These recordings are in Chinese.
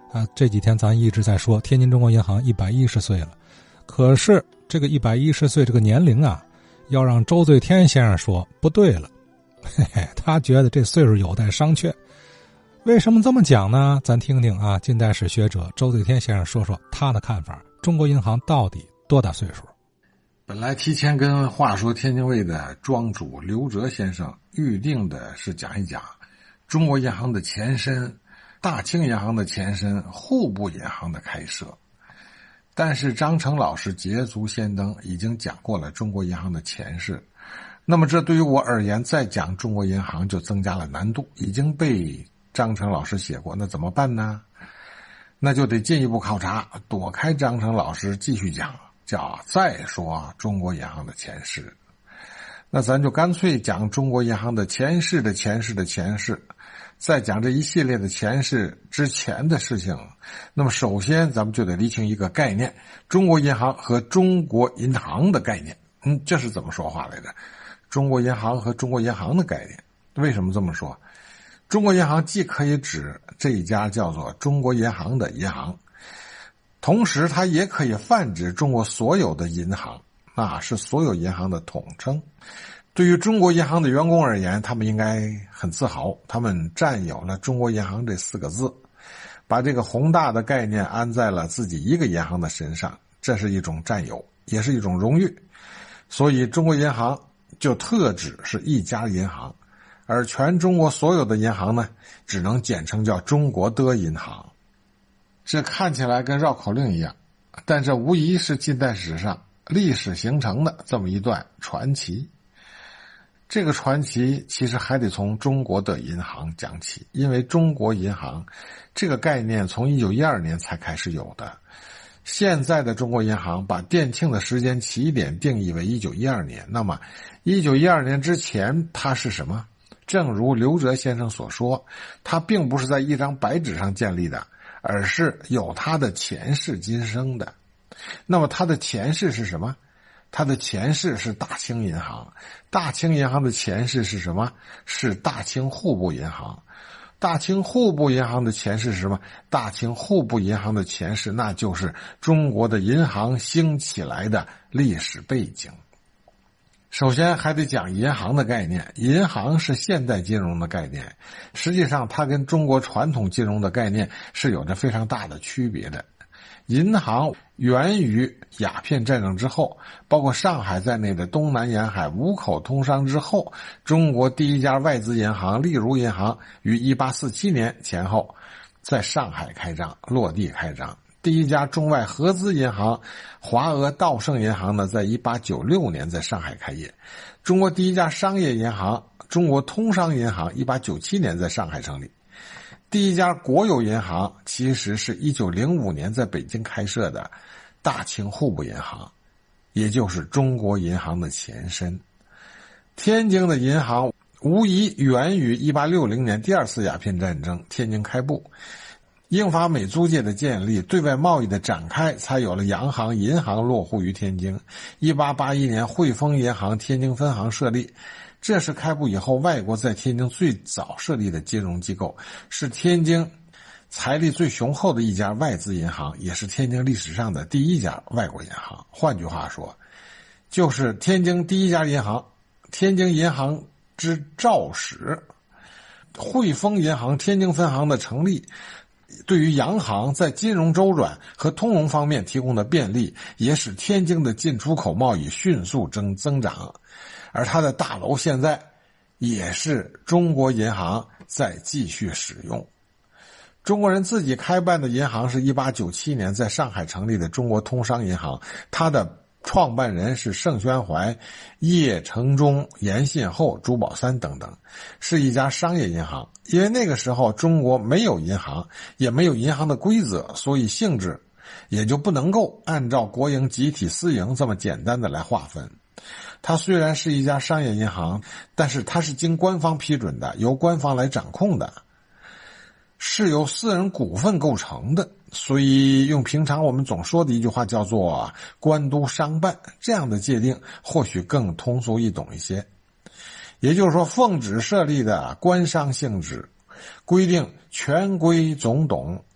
这几天咱一直在说天津中国银行110岁了，可是这个110岁这个年龄啊，要让周最天先生说不对了。他觉得这岁数有待商榷。为什么这么讲呢？咱听听啊，近代史学者周最天先生说说他的看法。中国银行到底多大岁数？ 本来提前跟话说天津卫的庄主刘哲先生预定的是讲一讲中国银行的前身，大清银行的前身，户部银行的开设。但是张成老师捷足先登，已经讲过了中国银行的前世。那么这对于我而言，再讲中国银行就增加了难度，已经被张成老师写过，那怎么办呢？那就得进一步考察，躲开张成老师继续讲，叫再说中国银行的前世。那咱就干脆讲中国银行的前世的前世的前世，再讲这一系列的前世之前的事情。那么首先咱们就得厘清一个概念，中国银行和中国银行的概念。这是怎么说话来着？中国银行和中国银行的概念。为什么这么说？中国银行既可以指这一家叫做中国银行的银行，同时它也可以泛指中国所有的银行，是所有银行的统称。对于中国银行的员工而言，他们应该很自豪，他们占有了中国银行这4个字，把这个宏大的概念安在了自己一个银行的身上，这是一种占有，也是一种荣誉。所以中国银行就特指是一家银行，而全中国所有的银行呢，只能简称叫中国的银行。这看起来跟绕口令一样，但这无疑是近代史上历史形成的这么一段传奇。这个传奇其实还得从中国的银行讲起，因为中国银行这个概念从1912年才开始有的。现在的中国银行把店庆的时间起点定义为1912年，那么1912年之前它是什么？正如刘哲先生所说，它并不是在一张白纸上建立的，而是有它的前世今生的。那么它的前世是什么？它的前世是大清银行。大清银行的前世是什么？是大清户部银行。大清户部银行的前世是什么？大清户部银行的前世那就是中国的银行兴起来的历史背景。首先还得讲银行的概念，银行是现代金融的概念，实际上它跟中国传统金融的概念是有着非常大的区别的。银行源于鸦片战争之后，包括上海在内的东南沿海五口通商之后，中国第一家外资银行丽如银行于1847年前后在上海开张，落地开张。第一家中外合资银行华俄道盛银行呢，在1896年在上海开业。中国第一家商业银行中国通商银行1897年在上海成立。第一家国有银行其实是1905年在北京开设的大清户部银行，也就是中国银行的前身。天津的银行无疑源于1860年第2次鸦片战争，天津开埠，英法美租界的建立，对外贸易的展开，才有了洋行、银行落户于天津。1881年汇丰银行天津分行设立，这是开埠以后外国在天津最早设立的金融机构，是天津财力最雄厚的一家外资银行，也是天津历史上的第一家外国银行。换句话说，就是天津第一家银行，天津银行之肇始。汇丰银行天津分行的成立，对于洋行在金融周转和通融方面提供的便利，也使天津的进出口贸易迅速增长。而它的大楼现在也是中国银行在继续使用。中国人自己开办的银行是1897年在上海成立的中国通商银行，它的创办人是盛宣怀、叶承忠、严信厚、朱宝三等等，是一家商业银行。因为那个时候中国没有银行，也没有银行的规则，所以性质也就不能够按照国营、集体、私营这么简单的来划分。它虽然是一家商业银行，但是它是经官方批准的，由官方来掌控的，是由私人股份构成的。所以用平常我们总说的一句话叫做官督商办，这样的界定或许更通俗易懂一些。也就是说，奉旨设立的官商性质，规定全规总董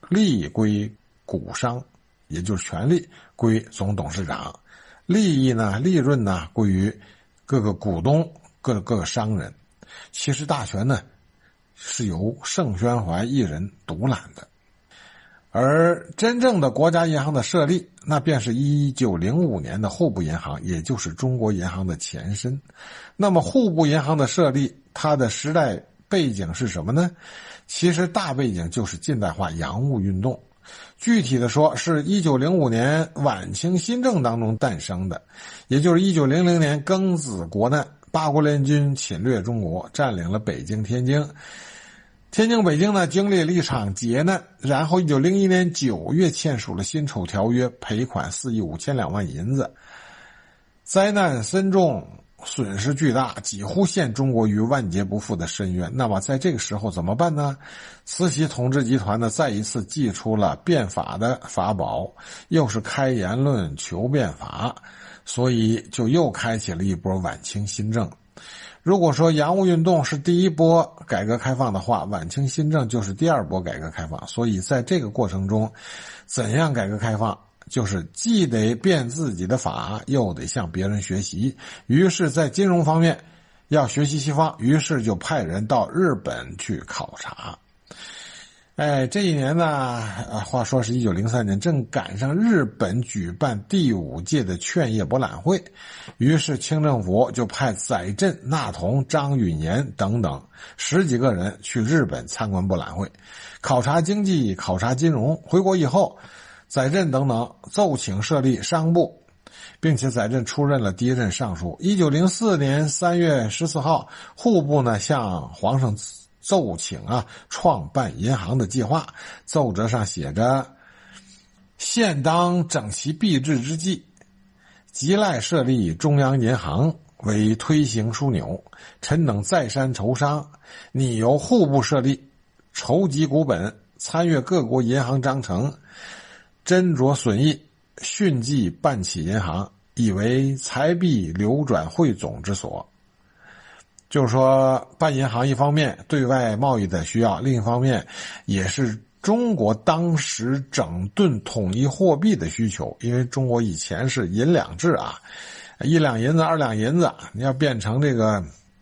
利益归股商，也就是权力归总董事长，利益呢、利润呢归于各个股东、各个商人。其实大权呢是由盛宣怀一人独揽的。而真正的国家银行的设立，那便是1905年的户部银行，也就是中国银行的前身。那么户部银行的设立，它的时代背景是什么呢？其实大背景就是近代化洋务运动，具体的说是1905年晚清新政当中诞生的，也就是1900年庚子国难，八国联军侵略中国，占领了北京、天津。天津、北京呢经历了一场劫难，然后1901年9月签署了辛丑条约，赔款4亿5千2万银子。灾难深重，损失巨大，几乎陷中国于万劫不复的深渊。那么在这个时候怎么办呢？慈禧统治集团呢再一次祭出了变法的法宝，又是开言论求变法，所以就又开启了一波晚清新政。如果说洋务运动是第一波改革开放的话，晚清新政就是第二波改革开放。所以在这个过程中，怎样改革开放，就是既得变自己的法，又得向别人学习。于是在金融方面要学习西方，于是就派人到日本去考察。这一年呢，话说是1903年，正赶上日本举办第5届的劝业博览会，于是清政府就派载振、纳同、张允言等等10几个人去日本参观博览会，考察经济、考察金融。回国以后，载振等等奏请设立商部，并且载振出任了第一任尚书。1904年3月14号，户部呢向皇上奏请创办银行的计划，奏折上写着：现当整其币制之际，急赖设立中央银行为推行枢纽，臣等再三筹商，拟由户部设立，筹集股本，参阅各国银行章程，斟酌损益，迅即办起银行，以为财币流转汇总之所。就是说办银行一方面对外贸易的需要，另一方面也是中国当时整顿统一货币的需求。因为中国以前是银两制1两银子2两银子，你要变成这个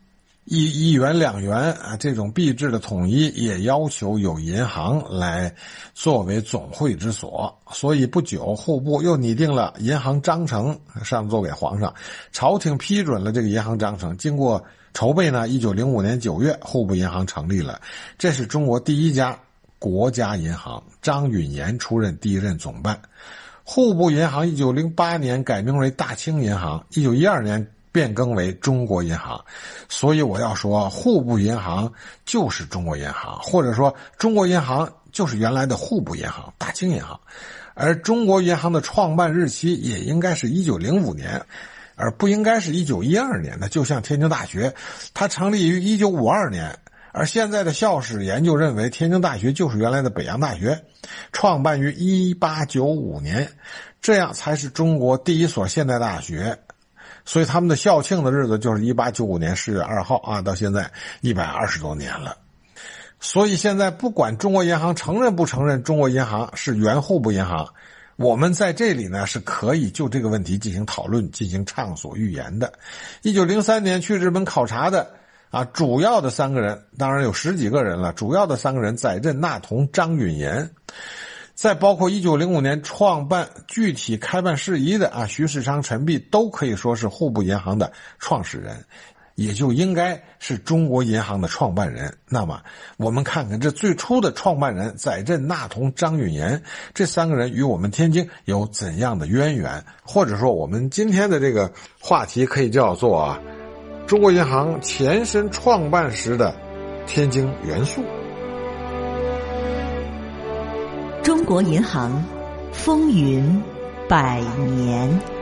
1元2元这种币制的统一，也要求有银行来作为总汇之所。所以不久户部又拟定了银行章程，上奏给皇上，朝廷批准了这个银行章程。经过筹备呢，1905年9月，户部银行成立了，这是中国第一家国家银行，张允言出任第一任总办。户部银行1908年改名为大清银行，1912年变更为中国银行。所以我要说，户部银行就是中国银行，或者说中国银行就是原来的户部银行、大清银行。而中国银行的创办日期也应该是1905年，而不应该是1912年的。就像天津大学，它成立于1952年，而现在的校史研究认为天津大学就是原来的北洋大学，创办于1895年，这样才是中国第一所现代大学。所以他们的校庆的日子就是1895年4月2号到现在120多年了。所以现在不管中国银行承认不承认中国银行是原户部银行，我们在这里呢是可以就这个问题进行讨论，进行畅所欲言的。1903年去日本考察的主要的3个人，当然有10几个人了，主要的3个人载振、纳同、张允言，再包括1905年创办具体开办事宜的徐世昌、陈璧，都可以说是户部银行的创始人，也就应该是中国银行的创办人。那么我们看看这最初的创办人载振、纳同、张允言，这3个人与我们天津有怎样的渊源，或者说我们今天的这个话题可以叫做中国银行前身创办时的天津元素。 中国银行风云100年。